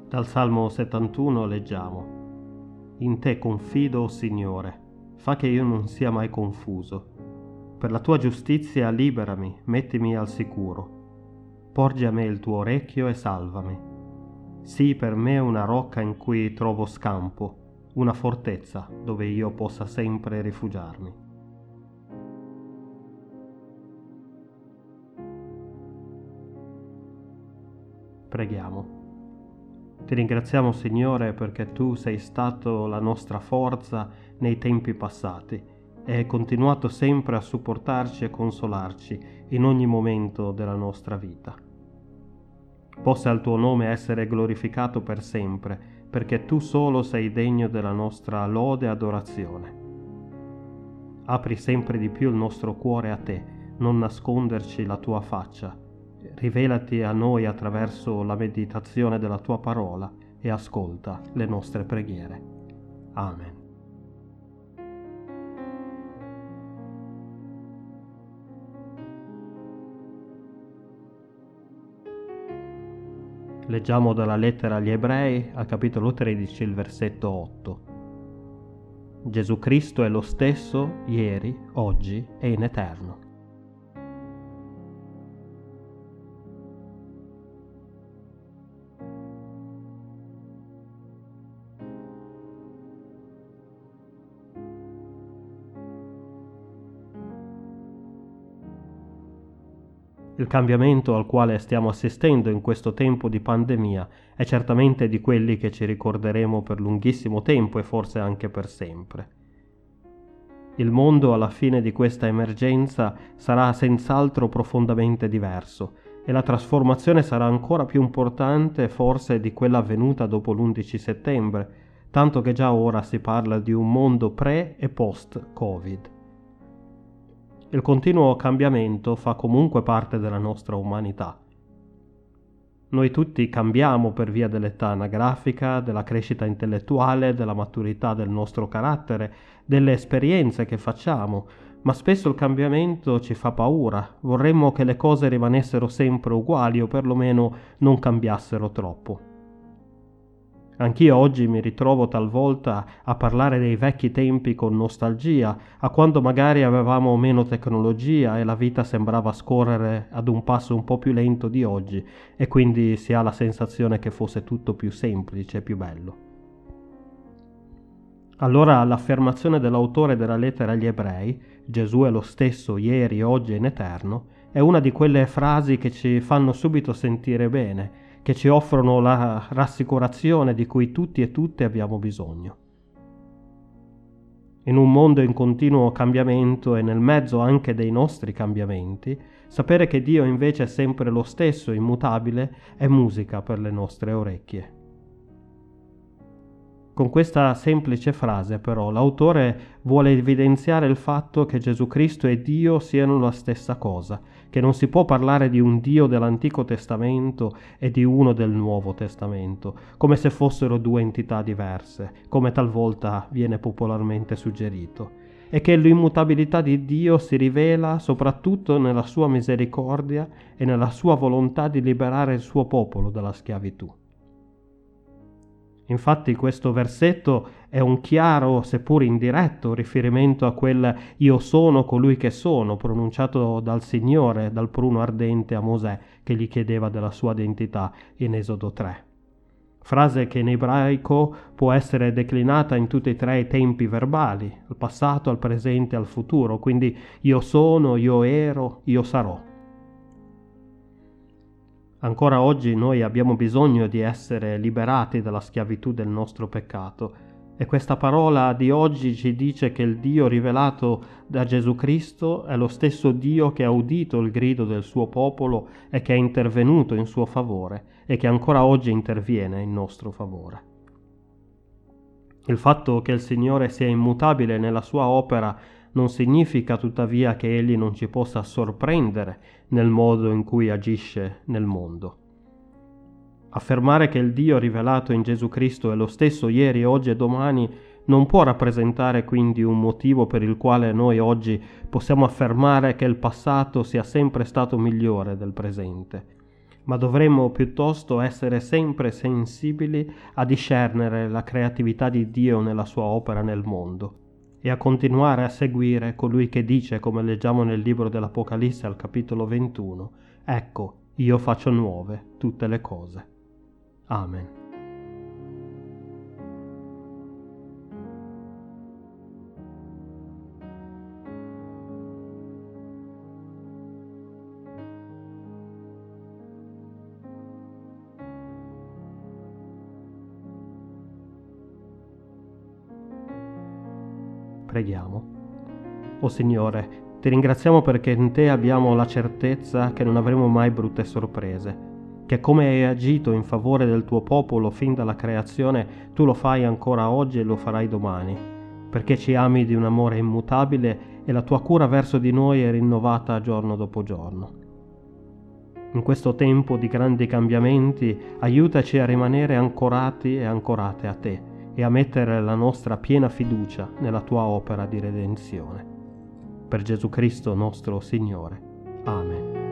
Dal Salmo 71 leggiamo: In te confido, o Signore, fa che io non sia mai confuso. Per la tua giustizia liberami, mettimi al sicuro. Porgi a me il tuo orecchio e salvami. Sii per me una rocca in cui trovo scampo, una fortezza dove io possa sempre rifugiarmi. Preghiamo. Ti ringraziamo, Signore, perché Tu sei stato la nostra forza nei tempi passati e hai continuato sempre a supportarci e consolarci in ogni momento della nostra vita. Possa il Tuo nome essere glorificato per sempre, perché Tu solo sei degno della nostra lode e adorazione. Apri sempre di più il nostro cuore a Te, non nasconderci la Tua faccia. Rivelati a noi attraverso la meditazione della Tua parola e ascolta le nostre preghiere. Amen. Leggiamo dalla lettera agli Ebrei, al capitolo 13, il versetto 8. Gesù Cristo è lo stesso ieri, oggi e in eterno. Il cambiamento al quale stiamo assistendo in questo tempo di pandemia è certamente di quelli che ci ricorderemo per lunghissimo tempo e forse anche per sempre. Il mondo alla fine di questa emergenza sarà senz'altro profondamente diverso e la trasformazione sarà ancora più importante forse di quella avvenuta dopo l'11 settembre, tanto che già ora si parla di un mondo pre- e post-Covid. Il continuo cambiamento fa comunque parte della nostra umanità. Noi tutti cambiamo per via dell'età anagrafica, della crescita intellettuale, della maturità del nostro carattere, delle esperienze che facciamo, ma spesso il cambiamento ci fa paura. Vorremmo che le cose rimanessero sempre uguali o perlomeno non cambiassero troppo. Anch'io oggi mi ritrovo talvolta a parlare dei vecchi tempi con nostalgia, a quando magari avevamo meno tecnologia e la vita sembrava scorrere ad un passo un po' più lento di oggi e quindi si ha la sensazione che fosse tutto più semplice e più bello. Allora l'affermazione dell'autore della lettera agli Ebrei, Gesù è lo stesso ieri, oggi e in eterno, è una di quelle frasi che ci fanno subito sentire bene, che ci offrono la rassicurazione di cui tutti e tutte abbiamo bisogno. In un mondo in continuo cambiamento e nel mezzo anche dei nostri cambiamenti, sapere che Dio invece è sempre lo stesso, immutabile, è musica per le nostre orecchie. Con questa semplice frase, però, l'autore vuole evidenziare il fatto che Gesù Cristo e Dio siano la stessa cosa, che non si può parlare di un Dio dell'Antico Testamento e di uno del Nuovo Testamento, come se fossero due entità diverse, come talvolta viene popolarmente suggerito, e che l'immutabilità di Dio si rivela soprattutto nella sua misericordia e nella sua volontà di liberare il suo popolo dalla schiavitù. Infatti questo versetto è un chiaro, seppur indiretto, riferimento a quel «Io sono colui che sono», pronunciato dal Signore, dal pruno ardente a Mosè, che gli chiedeva della sua identità in Esodo 3. Frase che in ebraico può essere declinata in tutti e tre i tempi verbali, al passato, al presente e al futuro, quindi «Io sono», «Io ero», «Io sarò». Ancora oggi noi abbiamo bisogno di essere liberati dalla schiavitù del nostro peccato e questa parola di oggi ci dice che il Dio rivelato da Gesù Cristo è lo stesso Dio che ha udito il grido del suo popolo e che è intervenuto in suo favore e che ancora oggi interviene in nostro favore. Il fatto che il Signore sia immutabile nella sua opera non significa tuttavia che Egli non ci possa sorprendere nel modo in cui agisce nel mondo. Affermare che il Dio rivelato in Gesù Cristo è lo stesso ieri, oggi e domani non può rappresentare quindi un motivo per il quale noi oggi possiamo affermare che il passato sia sempre stato migliore del presente. ma dovremmo piuttosto essere sempre sensibili a discernere la creatività di Dio nella sua opera nel mondo e a continuare a seguire colui che dice, come leggiamo nel libro dell'Apocalisse al capitolo 21, «Ecco, io faccio nuove tutte le cose». Amen. Preghiamo. O Signore, ti ringraziamo perché in te abbiamo la certezza che non avremo mai brutte sorprese, che come hai agito in favore del tuo popolo fin dalla creazione, tu lo fai ancora oggi e lo farai domani, perché ci ami di un amore immutabile e la tua cura verso di noi è rinnovata giorno dopo giorno. In questo tempo di grandi cambiamenti, aiutaci a rimanere ancorati e ancorate a te, e a mettere la nostra piena fiducia nella tua opera di redenzione. Per Gesù Cristo nostro Signore. Amen.